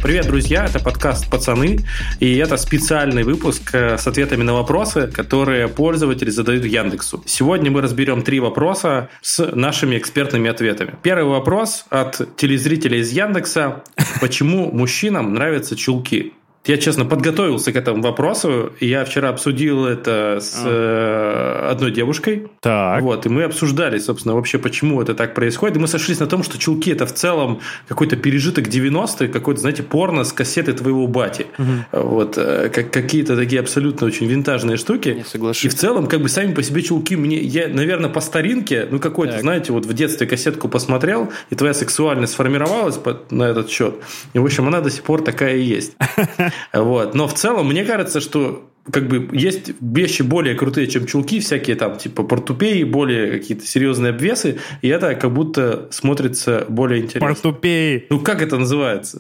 Привет, друзья, это подкаст «Пацаны», и это специальный выпуск с ответами на вопросы, которые пользователи задают Яндексу. Сегодня мы разберем 3 вопроса с нашими экспертными ответами. Первый вопрос от телезрителя из Яндекса. Почему мужчинам нравятся чулки? Я, честно, подготовился к этому вопросу, и я вчера обсудил это с одной девушкой. Так. Вот, и мы обсуждали, собственно, вообще, почему это так происходит. И мы сошлись на том, что чулки – это в целом какой-то пережиток 90-х, какой-то, знаете, порно с кассеты твоего бати. Угу. Вот, какие-то такие абсолютно очень винтажные штуки. Не соглашусь. И в целом, как бы сами по себе чулки я, наверное, по старинке, какой-то, так, знаете, вот в детстве кассетку посмотрел, и твоя сексуальность сформировалась на этот счет. И, в общем, она до сих пор такая и есть. Вот. Но в целом, мне кажется, что как бы есть вещи более крутые, чем чулки, всякие там типа портупеи, более какие-то серьезные обвесы, и это как будто смотрится более интересно. Портупеи. Как это называется?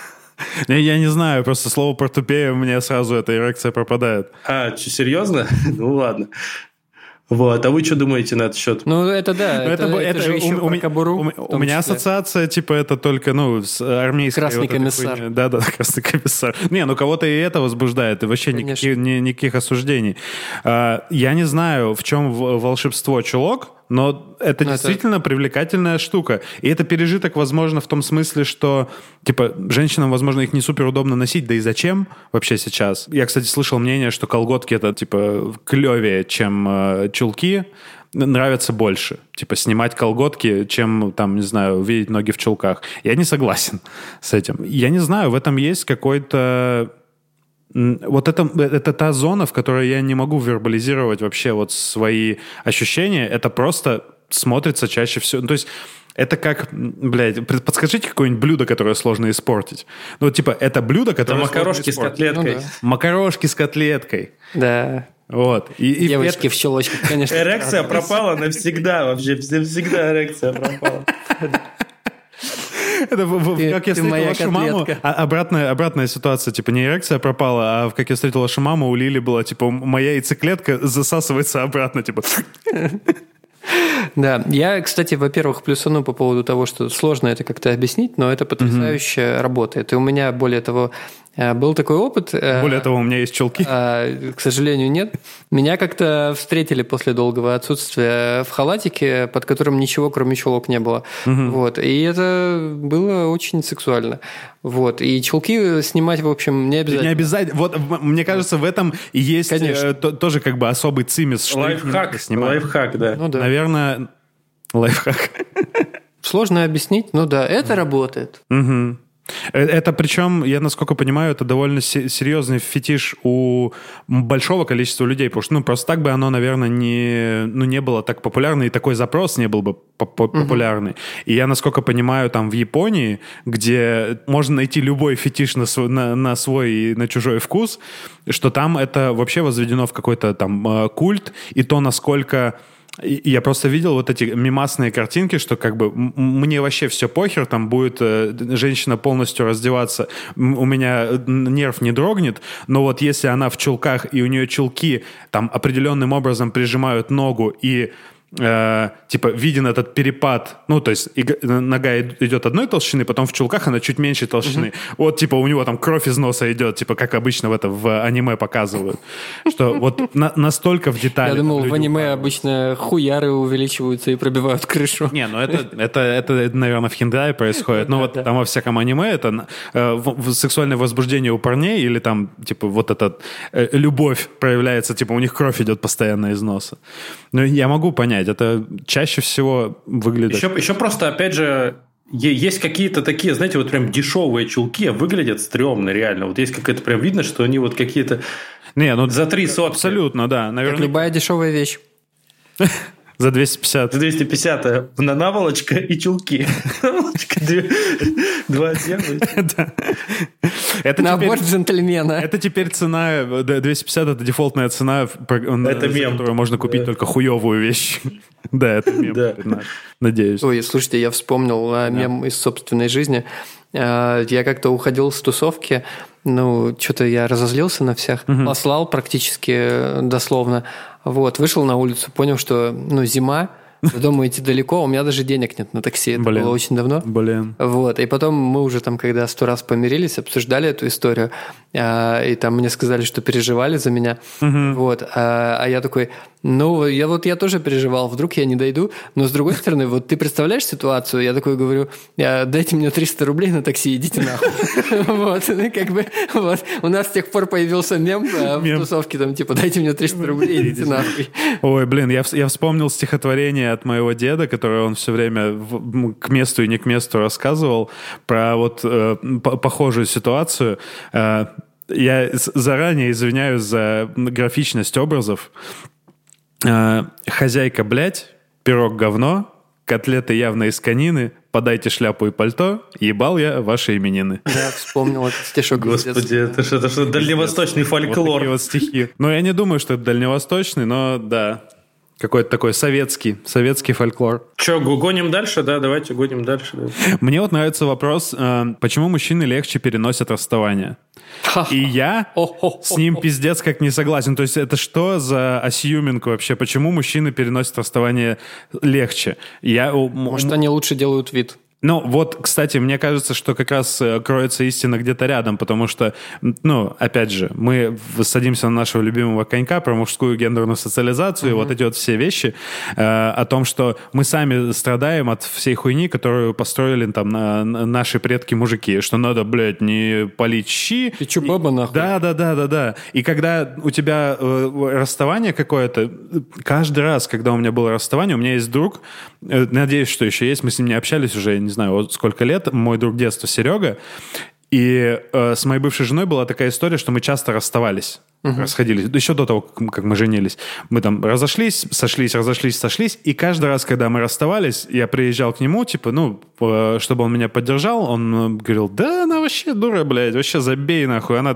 Я не знаю, просто слово портупея, у меня сразу эта эрекция пропадает. Серьезно? Ну ладно. Вот, а вы что думаете на этот счет? Ну, это да, это же еще про кобуру. У меня ассоциация, типа, это только, с армейской... Красный комиссар. Да, красный комиссар. Кого-то и это возбуждает, и вообще никаких осуждений. Я не знаю, в чем волшебство чулок, но это действительно привлекательная штука. И это пережиток, возможно, в том смысле, что, типа, женщинам, возможно, их не супер удобно носить, да и зачем вообще сейчас? Я, кстати, слышал мнение, что колготки это, типа, клевее, чем чулки, нравятся больше. Типа, снимать колготки, чем, там, не знаю, увидеть ноги в чулках. Я не согласен с этим. Я не знаю, в этом есть какой-то... Вот это та зона, в которой я не могу вербализировать вообще вот свои ощущения. Это просто смотрится чаще всего. То есть это как, подскажите какое-нибудь блюдо, которое сложно испортить. Это блюдо, которое макарошки с котлеткой. Макарошки с котлеткой. Да. Вот. И девочки в щелочках, конечно. Эрекция пропала навсегда вообще. Всегда эрекция пропала. Это как я встретил вашу маму. Обратная ситуация, типа не эрекция пропала, а как я встретил вашу маму, у Лили была, типа, моя яйцеклетка засасывается обратно, типа... Да, я, кстати, во-первых, плюсану по поводу того, что сложно это как-то объяснить, но это потрясающе работает. И у меня, более того, был такой опыт. Более того, у меня есть чулки. К сожалению, нет. Меня как-то встретили после долгого отсутствия в халатике, под которым ничего, кроме чулок, не было. Вот. И это было очень сексуально. Вот. И чулки снимать, в общем, не обязательно. Не обязательно. Вот, мне кажется, в этом и есть тоже как бы особый цимис. Лайфхак, да. Ну, да. Наверное, лайфхак. Сложно объяснить, да, это работает. Угу. Это, причем, я насколько понимаю, это довольно серьезный фетиш у большого количества людей, потому что, просто так бы оно, наверное, не было так популярно, и такой запрос не был бы популярный. И я, насколько понимаю, там в Японии, где можно найти любой фетиш на свой и на чужой вкус, что там это вообще возведено в какой-то там культ, и то, насколько... Я просто видел вот эти мемасные картинки, что как бы мне вообще все похер, там будет женщина полностью раздеваться, у меня нерв не дрогнет, но вот если она в чулках, и у нее чулки там определенным образом прижимают ногу, и типа виден этот перепад, то есть нога идет одной толщины, потом в чулках она чуть меньшей толщины. Вот типа у него там кровь из носа идет, типа как обычно в аниме показывают. Что вот настолько в детали. Я думал, в аниме обычно хуяры увеличиваются и пробивают крышу. Не, это наверное, в хендае происходит. Но вот там во всяком аниме это сексуальное возбуждение у парней или там типа вот эта любовь проявляется, типа у них кровь идет постоянно из носа. Но я могу понять, это чаще всего выглядит... Еще просто, опять же, есть какие-то такие, знаете, вот прям дешевые чулки, выглядят стрёмно реально. Вот есть какая-то прям видно, что они вот какие-то за 3 сотки. Абсолютно, да. Наверное... Как любая дешевая вещь. За 250. За 250 наволочка и чулки. Наволочка, 2 отдельных. Набор джентльмена. Это теперь цена, 250 это дефолтная цена, за которую можно купить только хуевую вещь. Да, это мем, надеюсь. Ой, слушайте, я вспомнил мем из собственной жизни. Я как-то уходил с тусовки, что-то я разозлился на всех, послал практически дословно. Вот, вышел на улицу, понял, что зима, до дома идти далеко, у меня даже денег нет на такси, это было очень давно. Вот, и потом мы уже там, когда 100 раз помирились, обсуждали эту историю, и там мне сказали, что переживали за меня, вот, а я такой, я тоже переживал, вдруг я не дойду, но с другой стороны, вот ты представляешь ситуацию, я такой говорю, дайте мне 300 рублей на такси, идите нахуй. Вот, как бы, вот, у нас с тех пор появился мем в тусовке, там, типа, дайте мне 300 рублей, идите нахуй. Ой, блин, я вспомнил стихотворение от моего деда, которое он все время к месту и не к месту рассказывал, про вот похожую ситуацию. Я заранее извиняюсь за графичность образов. Хозяйка, блядь, пирог говно, котлеты явно из конины, подайте шляпу и пальто, ебал я ваши именины. Да, вспомнил этот стишок. Господи, это что дальневосточный фольклор. Вот такие вот стихи. Ну, я не думаю, что это дальневосточный, но да, какой-то такой советский фольклор. Че, гоним дальше? Да, давайте гоним дальше. Да. Мне вот нравится вопрос, почему мужчины легче переносят расставание? И я с ним пиздец как не согласен. То есть это что за ассьюминг вообще? Почему мужчины переносят расставание легче? Может, они лучше делают вид? Ну, вот, кстати, мне кажется, что как раз кроется истина где-то рядом, потому что, опять же, мы садимся на нашего любимого конька про мужскую гендерную социализацию и вот эти вот все вещи о том, что мы сами страдаем от всей хуйни, которую построили там наши предки-мужики, что надо, блядь, не палить щи. Ты чё, баба, нахуй? Да. И когда у тебя расставание какое-то, каждый раз, когда у меня было расставание, у меня есть друг, надеюсь, что еще есть, мы с ним не общались уже, не знаю, вот сколько лет, мой друг детства Серега, и с моей бывшей женой была такая история, что мы часто расставались, расходились, еще до того, как мы женились. Мы там разошлись, сошлись, и каждый раз, когда мы расставались, я приезжал к нему, типа, чтобы он меня поддержал, он говорил, да, она вообще дура, блядь, вообще забей нахуй, она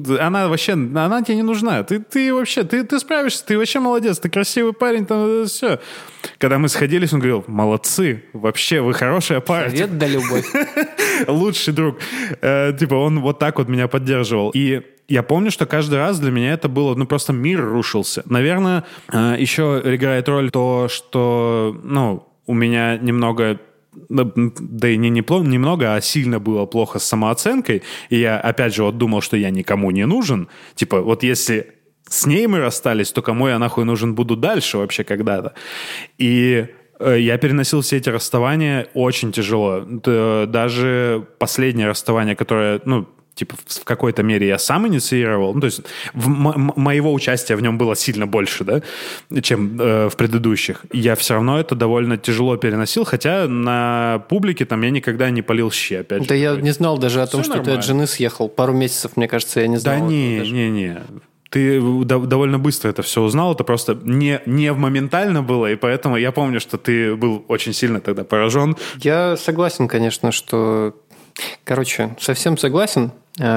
тебе не нужна, ты вообще, ты справишься, ты вообще молодец, ты красивый парень, там, все. Когда мы сходились, он говорил, молодцы, вообще, вы хорошая пара. Совет да любовь. Лучший друг. Типа, он вот так вот меня поддерживал. И я помню, что каждый раз для меня это было, просто мир рушился. Наверное, еще играет роль то, что, у меня немного, да и не немного, а сильно было плохо с самооценкой. И я, опять же, вот думал, что я никому не нужен. Типа, вот если с ней мы расстались, то кому я нахуй нужен буду дальше вообще когда-то? И я переносил все эти расставания очень тяжело. Даже последнее расставание, которое, в какой-то мере я сам инициировал, то есть моего участия в нем было сильно больше, да, чем в предыдущих. Я все равно это довольно тяжело переносил, хотя на публике там я никогда не палил щи, опять же. Да я не знал даже о том, что ты от жены съехал. Пару месяцев, мне кажется, я не знал. Да не. Ты довольно быстро это все узнал, это просто не моментально было, и поэтому я помню, что ты был очень сильно тогда поражен. Я согласен, конечно, что... совсем согласен,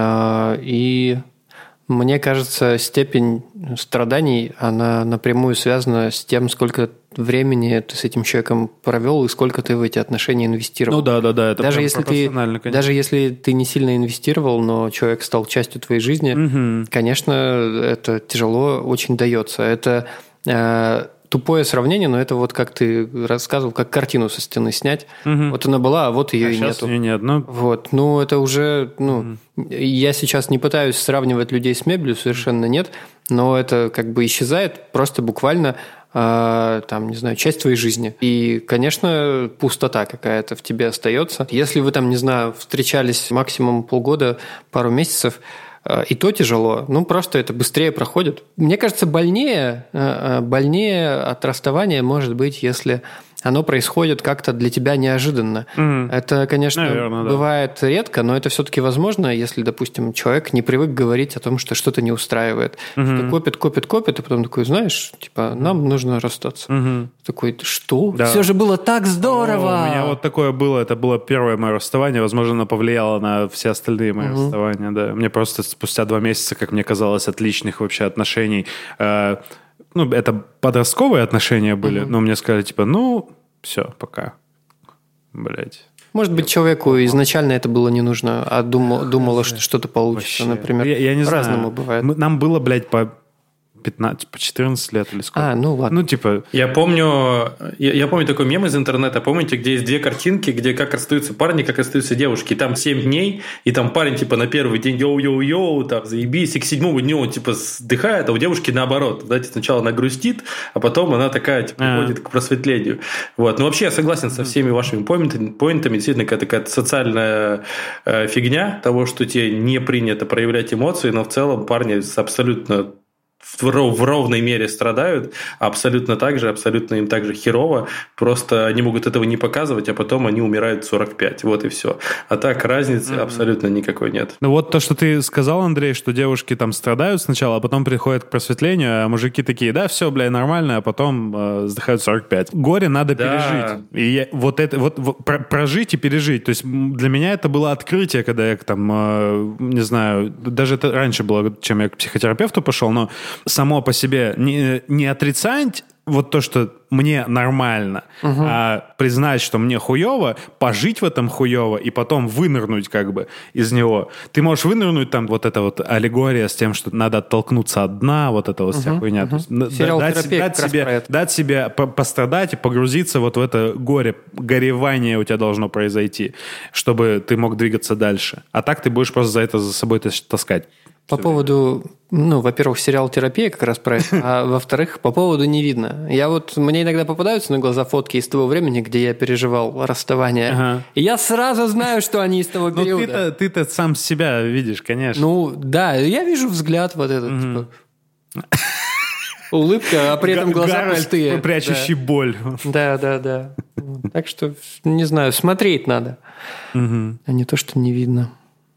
и мне кажется, степень страданий, она напрямую связана с тем, сколько времени ты с этим человеком провел и сколько ты в эти отношения инвестировал. Да, это даже если профессионально, конечно. Даже если ты не сильно инвестировал, но человек стал частью твоей жизни, конечно, это тяжело очень дается. Это тупое сравнение, но это вот как ты рассказывал, как картину со стены снять. Вот она была, а вот ее и нету. Ее нет, Вот, это уже, я сейчас не пытаюсь сравнивать людей с мебелью, совершенно нет, но это как бы исчезает просто буквально, не знаю, часть твоей жизни. И, конечно, пустота какая-то в тебе остается. Если вы там, не знаю, встречались максимум полгода, пару месяцев, и то тяжело. Просто это быстрее проходит. Мне кажется, больнее от расставания может быть, если оно происходит как-то для тебя неожиданно. Это, конечно, наверное, бывает редко, но это все-таки возможно, если, допустим, человек не привык говорить о том, что что-то не устраивает. Что копит, и потом такой, знаешь, нам нужно расстаться. Такой, что? Да. Все же было так здорово! У меня вот такое было. Это было первое мое расставание. Возможно, оно повлияло на все остальные мои расставания. Да. Мне просто спустя 2 месяца, как мне казалось, отличных вообще отношений... это подростковые отношения были, но мне сказали, все, пока. Блять. Может быть, человеку изначально это было не нужно, а думало, что что-то получится, вообще. Например. Я не знаю. По-разному бывает. Нам было, блядь, по 14 лет или сколько. Ну ладно. Ну, типа... Я помню такой мем из интернета. Помните, где есть две картинки, где как расстаются парни, как расстаются девушки. И там 7 дней, и там парень типа на первый день йоу-йоу-йоу, там заебись, и к 7-му дню он типа вздыхает, а у девушки наоборот. Знаете, сначала она грустит, а потом она такая типа приходит к просветлению. Вот. Но вообще я согласен со всеми вашими поинтами. Действительно, какая-то социальная фигня того, что тебе не принято проявлять эмоции, но в целом парни абсолютно в ровной мере страдают, абсолютно им так же херово, просто они могут этого не показывать, а потом они умирают в 45, вот и все. А так разницы абсолютно никакой нет. Ну вот то, что ты сказал, Андрей, что девушки там страдают сначала, а потом приходят к просветлению, а мужики такие, да, все, бля, нормально, а потом вздыхают 45. Горе надо пережить. И прожить и пережить. То есть для меня это было открытие, когда я там, не знаю, даже это раньше было, чем я к психотерапевту пошел, но само по себе не отрицать вот то, что мне нормально, а признать, что мне хуево, пожить в этом хуево и потом вынырнуть как бы из него. Ты можешь вынырнуть, там вот эта вот аллегория с тем, что надо оттолкнуться от дна, вот эта вот вся хуйня. Дать себе пострадать и погрузиться вот в это горе, горевание у тебя должно произойти, чтобы ты мог двигаться дальше. А так ты будешь просто за собой таскать. По поводу, во-первых, сериал «Терапия» как раз про это, а во-вторых, по поводу «Не видно». Мне иногда попадаются на глаза фотки из того времени, где я переживал расставание, и я сразу знаю, что они из того периода. Ты-то сам себя видишь, конечно. Ну, да, я вижу взгляд вот этот, типа... Улыбка, а при этом глаза пустые. Прячущий боль. Да. Так что, не знаю, смотреть надо, а не то, что не видно.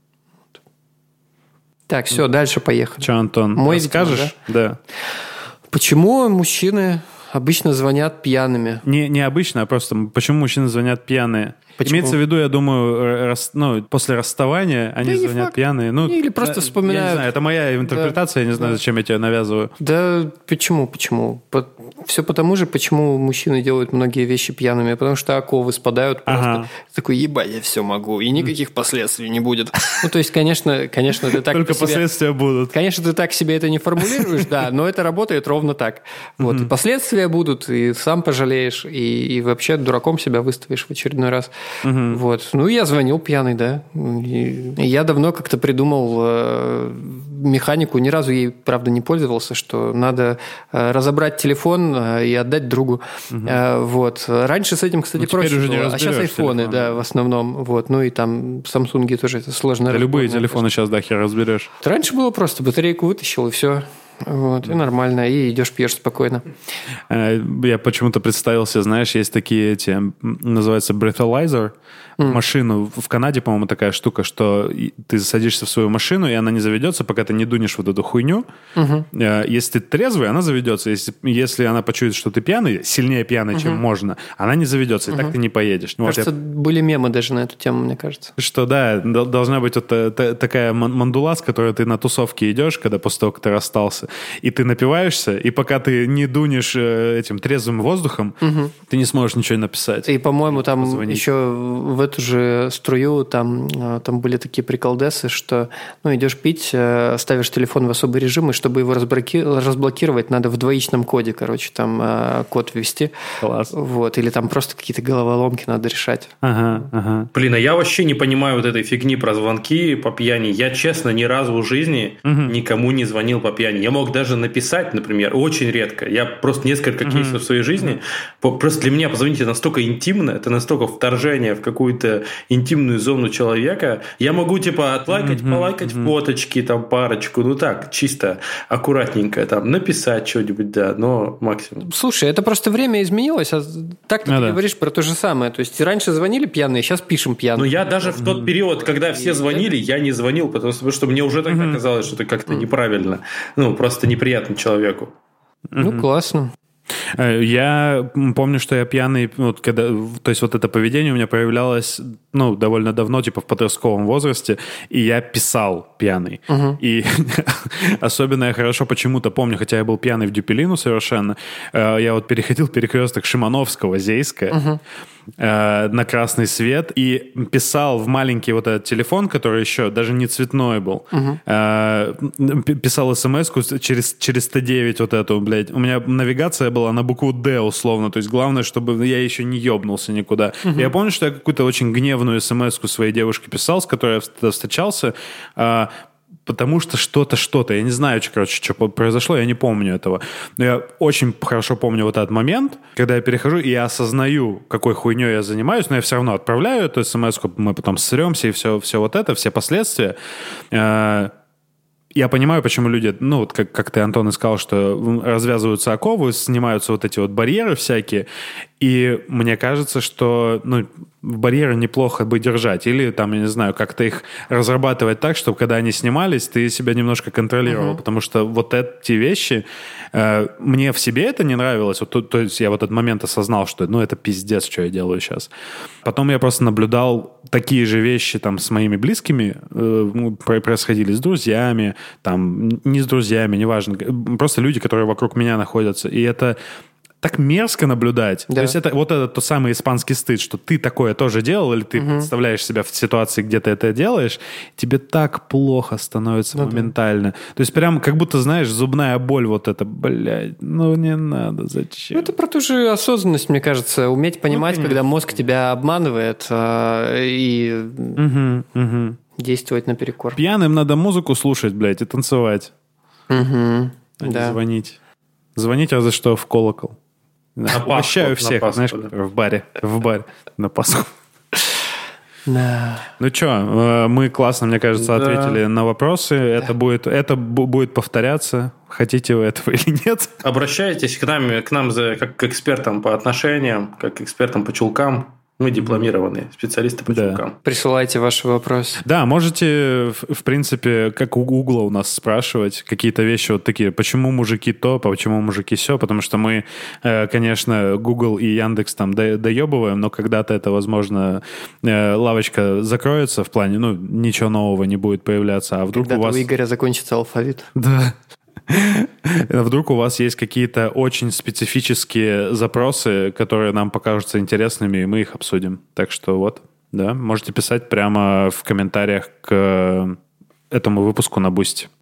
Так, все, дальше поехали. Что, Антон, мой скажешь? Да. Почему мужчины обычно звонят пьяными? Не обычно, а просто почему мужчины звонят пьяные? Почему? Имеется в виду, я думаю, после расставания они звонят пьяные. Или просто вспоминают. Я не знаю, это моя интерпретация, я не знаю, зачем я тебя навязываю. Да почему? Все потому же, почему мужчины делают многие вещи пьяными. Потому что оковы спадают просто. Такой, ебать, я все могу. И никаких последствий не будет. Ну, то есть, конечно, ты так... Только последствия будут. Конечно, ты так себе это не формулируешь, да, но это работает ровно так. Вот. И последствия будут, и сам пожалеешь, и вообще дураком себя выставишь в очередной раз. Вот. Ну, я звонил пьяный, да. И я давно как-то придумал механику, ни разу ей, правда, не пользовался, что надо разобрать телефон и отдать другу. Вот. Раньше с этим, кстати, проще было. А сейчас айфоны, да, в основном. Вот. Ну, и там самсунги тоже это сложно. Да, любые телефоны сейчас, да, хер разберешь. Раньше было просто, батарейку вытащил, и все. Вот, и нормально, и идешь, пьешь спокойно. Я почему-то представил себе, знаешь, есть такие называется breathalyzer, машину. В Канаде, по-моему, такая штука, что ты садишься в свою машину, и она не заведется, пока ты не дунешь вот эту хуйню. Если ты трезвый, она заведется. Если она почует, что ты пьяный, сильнее пьяный, чем можно, она не заведется, и так ты не поедешь. Кажется, были мемы даже на эту тему, мне кажется. Что, да, должна быть вот такая мандула, с которой ты на тусовке идешь, когда после того, как ты расстался, и ты напиваешься, и пока ты не дунешь этим трезвым воздухом, ты не сможешь ничего написать. И, по-моему, там позвонить. Еще в эту же струю там были такие приколдесы, что идешь пить, ставишь телефон в особый режим, и чтобы его разблокировать, надо в двоичном коде, там код ввести. Класс. Вот. Или там просто какие-то головоломки надо решать. Блин, а я вообще не понимаю вот этой фигни про звонки по пьяни. Я, честно, ни разу в жизни никому не звонил по пьяни. Я мог даже написать, например, очень редко. Я просто несколько кейсов в своей жизни. Просто для меня позвонить это настолько интимно, это настолько вторжение в какую-то интимную зону человека. Я могу отлайкать, полайкать фоточки, там парочку, так, чисто аккуратненько, там, написать что-нибудь, да, но максимум. Слушай, это просто время изменилось, а так ты говоришь про то же самое. То есть раньше звонили пьяные, сейчас пишем пьяные. Но я даже в тот период, когда все звонили, я не звонил, потому что мне уже тогда казалось, что это как-то неправильно. Просто неприятно человеку. Классно. Я помню, что я пьяный, то есть вот это поведение у меня проявлялось, довольно давно, в подростковом возрасте, и я писал пьяный. И особенно я хорошо почему-то помню, хотя я был пьяный в Дюпелину совершенно, я переходил перекресток Шимановского, Зейская, на красный свет и писал в маленький вот этот телефон, который еще даже не цветной был. Писал смс-ку через Т9 вот эту, блядь. У меня навигация была на букву «Д» условно. То есть главное, чтобы я еще не ебнулся никуда. Я помню, что я какую-то очень гневную смс-ку своей девушке писал, с которой я встречался, потому что что-то. Я не знаю, что произошло, я не помню этого. Но я очень хорошо помню вот этот момент, когда я перехожу, и я осознаю, какой хуйней я занимаюсь, но я все равно отправляю эту смс-ку, мы потом ссремся, и все вот это, все последствия. Я понимаю, почему люди, ну, вот как ты, Антон, и сказал, что развязываются оковы, снимаются вот эти вот барьеры всякие, и мне кажется, что, ну, барьеры неплохо бы держать, или там, я не знаю, как-то их разрабатывать так, чтобы когда они снимались, ты себя немножко контролировал, потому что вот эти вещи, мне в себе это не нравилось, вот, то есть я в этот момент осознал, что, ну, это пиздец, что я делаю сейчас. Потом я просто наблюдал такие же вещи там с моими близкими, происходили с друзьями, там, не с друзьями, неважно, просто люди, которые вокруг меня находятся, и это так мерзко наблюдать. Да. То есть это вот этот тот самый испанский стыд, что ты такое тоже делал, или ты представляешь себя в ситуации, где ты это делаешь, тебе так плохо становится моментально. Да. То есть прям как будто, знаешь, зубная боль вот это, блядь, ну не надо, зачем? Это про ту же осознанность, мне кажется, уметь понимать, когда мозг тебя обманывает и действовать наперекор. Пьяным надо музыку слушать, блядь, и танцевать. А не звонить. Звонить разве что в колокол. Угощаю всех, Пасху, знаешь, да. в баре на Пасху. Да. Ну что, мы классно, мне кажется, ответили на вопросы. Да. Это будет повторяться. Хотите вы этого или нет? Обращайтесь к нам как к экспертам по отношениям, как к экспертам по чулкам. Мы дипломированные специалисты по чулкам. Присылайте ваши вопросы. Да, можете, в принципе, как у Гугла у нас спрашивать какие-то вещи вот такие. Почему мужики то, почему мужики сё? Потому что мы, конечно, Google и Яндекс там доебываем, но когда-то это, возможно, лавочка закроется в плане, ну, ничего нового не будет появляться. А вдруг когда-то у Игоря закончится алфавит. Да. Вдруг у вас есть какие-то очень специфические запросы, которые нам покажутся интересными, и мы их обсудим. Так что вот, да, можете писать прямо в комментариях к этому выпуску на Boosty.